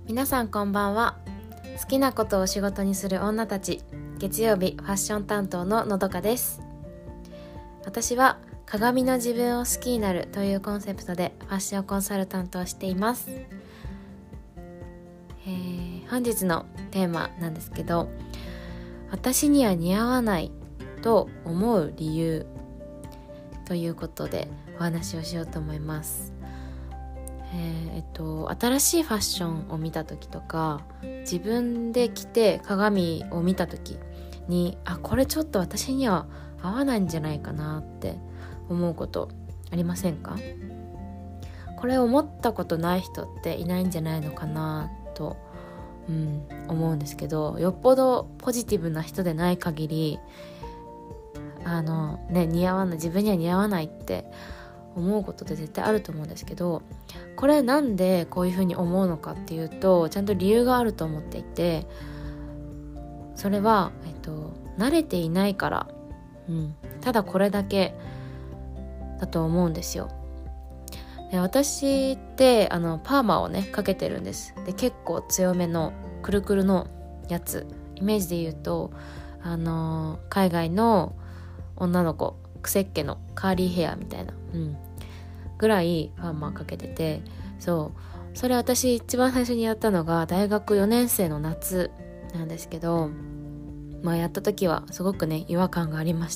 皆さんこんばんは。好きなことを仕事にする女たち、月曜日ファッション担当ののどかです。私は鏡の自分を好きになるというコンセプトでファッションコンサルタントをしています。本日のテーマなんですけど、私には似合わないと思う理由ということでお話をしようと思います。新しいファッションを見た時とか、自分で着て鏡を見た時に、これちょっと私には合わないんじゃないかなって思うことありませんか？これ思ったことない人っていないんじゃないのかなと、思うんですけど、よっぽどポジティブな人でない限り似合わない、自分には似合わないって思うことって絶対あると思うんですけど、これなんでこういうふうに思うのかっていうと、ちゃんと理由があると思っていて、それは、慣れていないから、ただこれだけだと思うんですよ。で、私ってパーマをねかけてるんです。で、結構強めのくるくるのやつ、イメージで言うと海外の女の子癖っ気のカーリーヘアみたいな、ぐらいパーマかけてて、それ私一番最初にやったのが大学4年生の夏なんですけど、やった時はすごくね違和感がありました。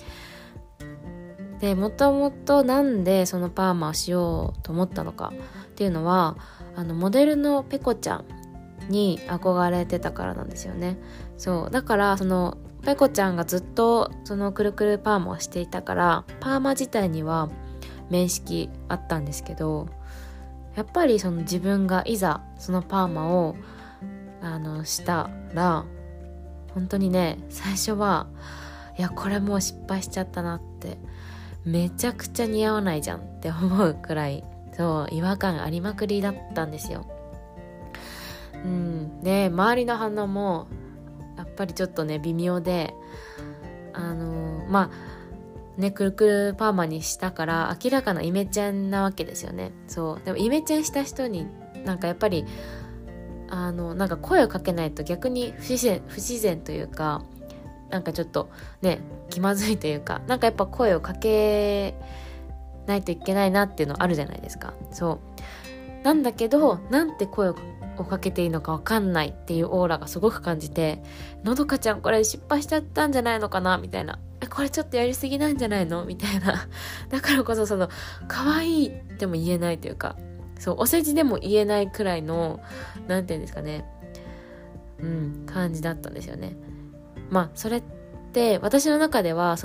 で、もともとなんでそのパーマをしようと思ったのかっていうのは、モデルのペコちゃんに憧れてたからなんですよね。だからそのペコちゃんがずっとそのくるくるパーマをしていたから、パーマ自体には面識あったんですけど、やっぱりその自分がいざそのパーマをしたら、本当にね、最初はいやこれもう失敗しちゃったなって、めちゃくちゃ似合わないじゃんって思うくらい違和感ありまくりだったんですよ。で、周りの反応もやっぱりちょっとね微妙で、くるくるパーマにしたから明らかなイメチェンなわけですよね。でもイメチェンした人にやっぱり声をかけないと逆に不自然というか、ちょっとね気まずいというか、やっぱ声をかけないといけないなっていうのあるじゃないですか。なんだけど、なんて声をかけていいのか分かんないっていうオーラがすごく感じて、のどかちゃんこれ失敗しちゃったんじゃないのかなみたいな、これちょっとやりすぎなんじゃないのみたいなだからこそ可愛いっても言えないというか、お世辞でも言えないくらいのなんていうんですかね、感じだったんですよね。それって私の中ではち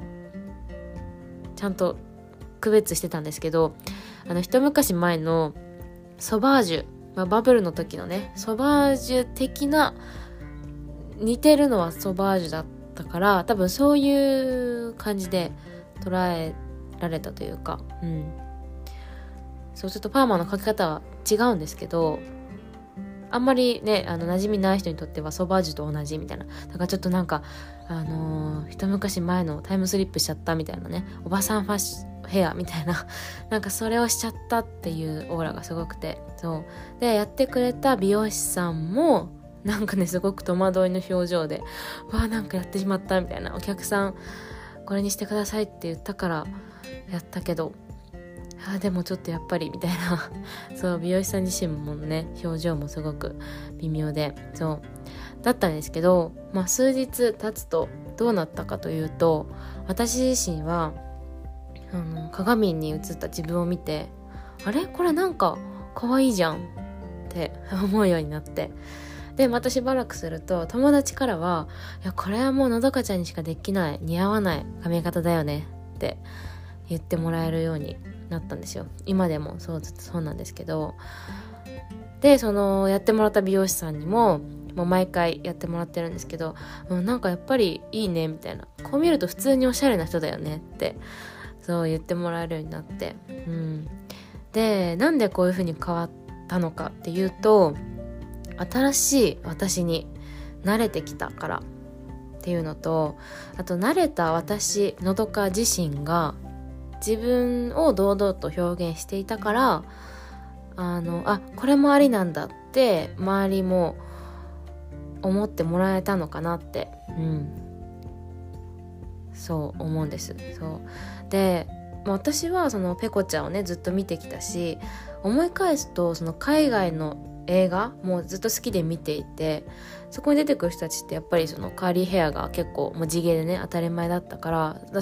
ゃんと区別してたんですけど、一昔前のソバージュ、バブルの時のねソバージュ的な、似てるのはソバージュだったから、多分そういう感じで捉えられたというか、ちょっとパーマのかけ方は違うんですけど、あんまりね馴染みない人にとってはソバージュと同じみたいな、だからちょっと一昔前のタイムスリップしちゃったみたいなね、おばさんファッションヘアみたいなそれをしちゃったっていうオーラがすごくて、でやってくれた美容師さんもすごく戸惑いの表情で、やってしまったみたいな、お客さんこれにしてくださいって言ったからやったけど、でもちょっとやっぱりみたいな美容師さん自身もね表情もすごく微妙でだったんですけど、数日経つとどうなったかというと、私自身は鏡に映った自分を見て、あれこれ可愛いじゃんって思うようになって、でまたしばらくすると友達からは、いやこれはもうのどかちゃんにしかできない似合わない髪型だよねって言ってもらえるようになったんですよ。今でもそうなんですけど、でやってもらった美容師さんにもう毎回やってもらってるんですけど、やっぱりいいねみたいな、こう見ると普通におしゃれな人だよねって言ってもらえるようになって、でなんでこういう風に変わったのかっていうと、新しい私に慣れてきたからっていうのと、あと慣れた私のどか自身が自分を堂々と表現していたから、これもありなんだっって周りも思ってもらえたのかなって、そう思うんです。そうで、私はそのペコちゃんをねずっと見てきたし、思い返すとその海外の映画もずっと好きで見ていて、そこに出てくる人たちってやっぱりそのカーリーヘアが結構もう地毛でね当たり前だったから、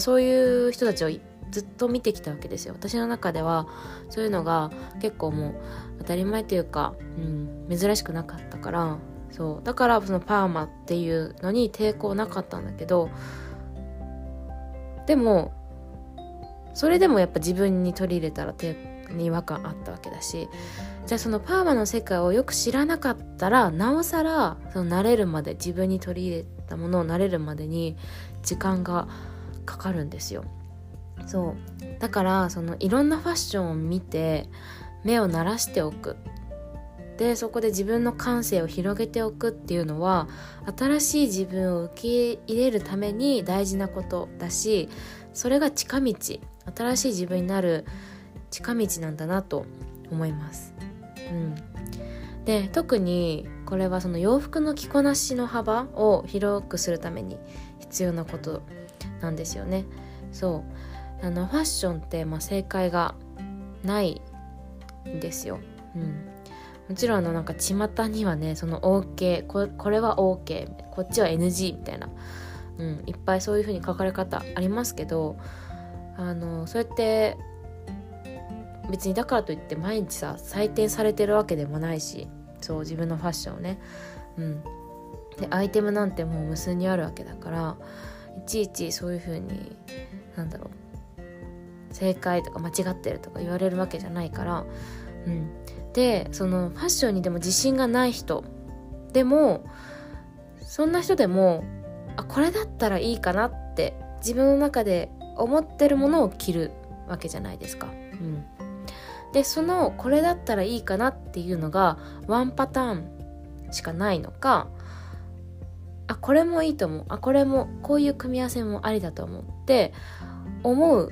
そういう人たちをずっと見てきたわけですよ。私の中ではそういうのが結構もう当たり前というか、珍しくなかったから、そうだからそのパーマっていうのに抵抗なかったんだけど、でもそれでもやっぱ自分に取り入れたら違和感あったわけだし、じゃあそのパーマの世界をよく知らなかったらなおさらその慣れるまで、自分に取り入れたものを慣れるまでに時間がかかるんですよ。そうだからそのいろんなファッションを見て目を慣らしておく、でそこで自分の感性を広げておくっていうのは新しい自分を受け入れるために大事なことだし、それが近道、新しい自分になる近道なんだなと思います。で特にこれはその洋服の着こなしの幅を広くするために必要なことなんですよね。そうファッションって正解がないんですよ。もちろんなんか巷にはねその OK これは OK こっちは NG みたいな、いっぱいそういう風に書かれ方ありますけど、そうやって別にだからといって毎日採点されてるわけでもないし、そう自分のファッションをね、でアイテムなんてもう無数にあるわけだから、いちいちそういう風に正解とか間違ってるとか言われるわけじゃないから、でそのファッションにでも自信がない人でも、そんな人でもこれだったらいいかなって自分の中で思ってるものを着るわけじゃないですか。でそのこれだったらいいかなっていうのがワンパターンしかないのか、これもいいと思う、これもこういう組み合わせもありだと思って思う、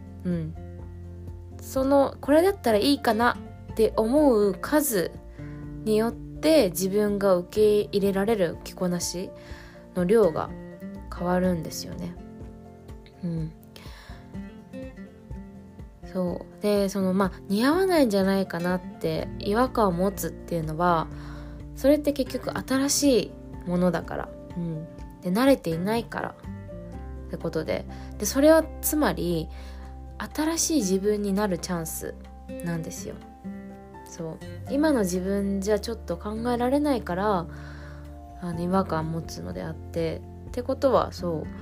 そのこれだったらいいかなって思う数によって自分が受け入れられる着こなしの量が変わるんですよね。そうでその似合わないんじゃないかなって違和感を持つっていうのは、それって結局新しいものだから、で慣れていないからってことで、それはつまり新しい自分になるチャンスなんですよ。そう今の自分じゃちょっと考えられないから違和感を持つのであって、ってことは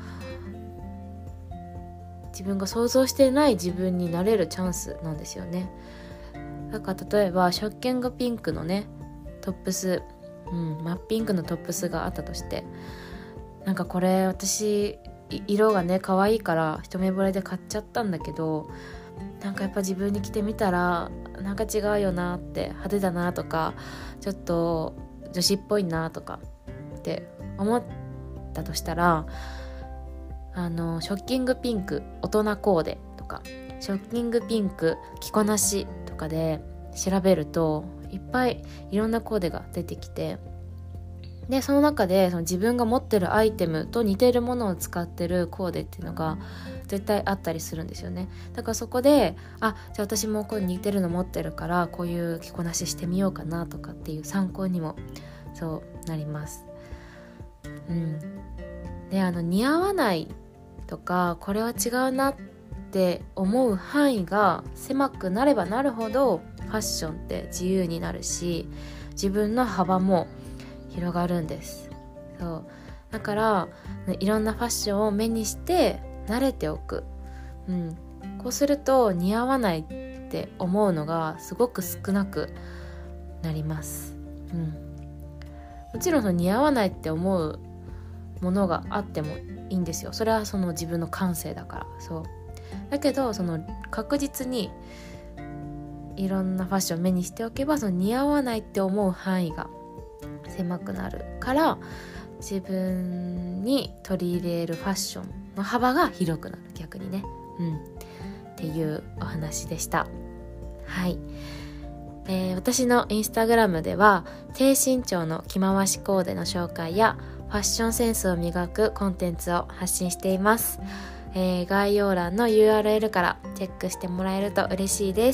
自分が想像していない自分になれるチャンスなんですよね。だから例えばショッキングピンクのねトップス、真っピンクのトップスがあったとして、これ私色がね可愛いから一目惚れで買っちゃったんだけど、やっぱ自分に着てみたら違うよなって、派手だなとかちょっと女子っぽいなとかって思ったとしたら、ショッキングピンク大人コーデとかショッキングピンク着こなしとかで調べるといっぱいいろんなコーデが出てきて、でその中でその自分が持ってるアイテムと似てるものを使ってるコーデっていうのが絶対あったりするんですよね。だからそこでじゃあ私もこう似てるの持ってるからこういう着こなししてみようかなとかっていう参考にもそうなります。で似合わないとかこれは違うなって思う範囲が狭くなればなるほどファッションって自由になるし、自分の幅も広がるんです。そうだからいろんなファッションを目にして慣れておく、こうすると似合わないって思うのがすごく少なくなります。もちろんその似合わないって思うものがあってもいいんですよ。それはその自分の感性だから。そうだけどその確実にいろんなファッションを目にしておけばその似合わないって思う範囲が狭くなるから、自分に取り入れるファッションの幅が広くなる、逆にね、っていうお話でした。はい。 私のインスタグラムでは低身長の着回しコーデの紹介やファッションセンスを磨くコンテンツを発信しています。概要欄の URL からチェックしてもらえると嬉しいです。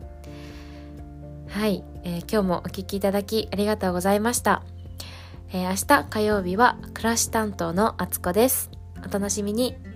はい、今日もお聞きいただきありがとうございました。明日火曜日は暮らし担当のあつこです。お楽しみに。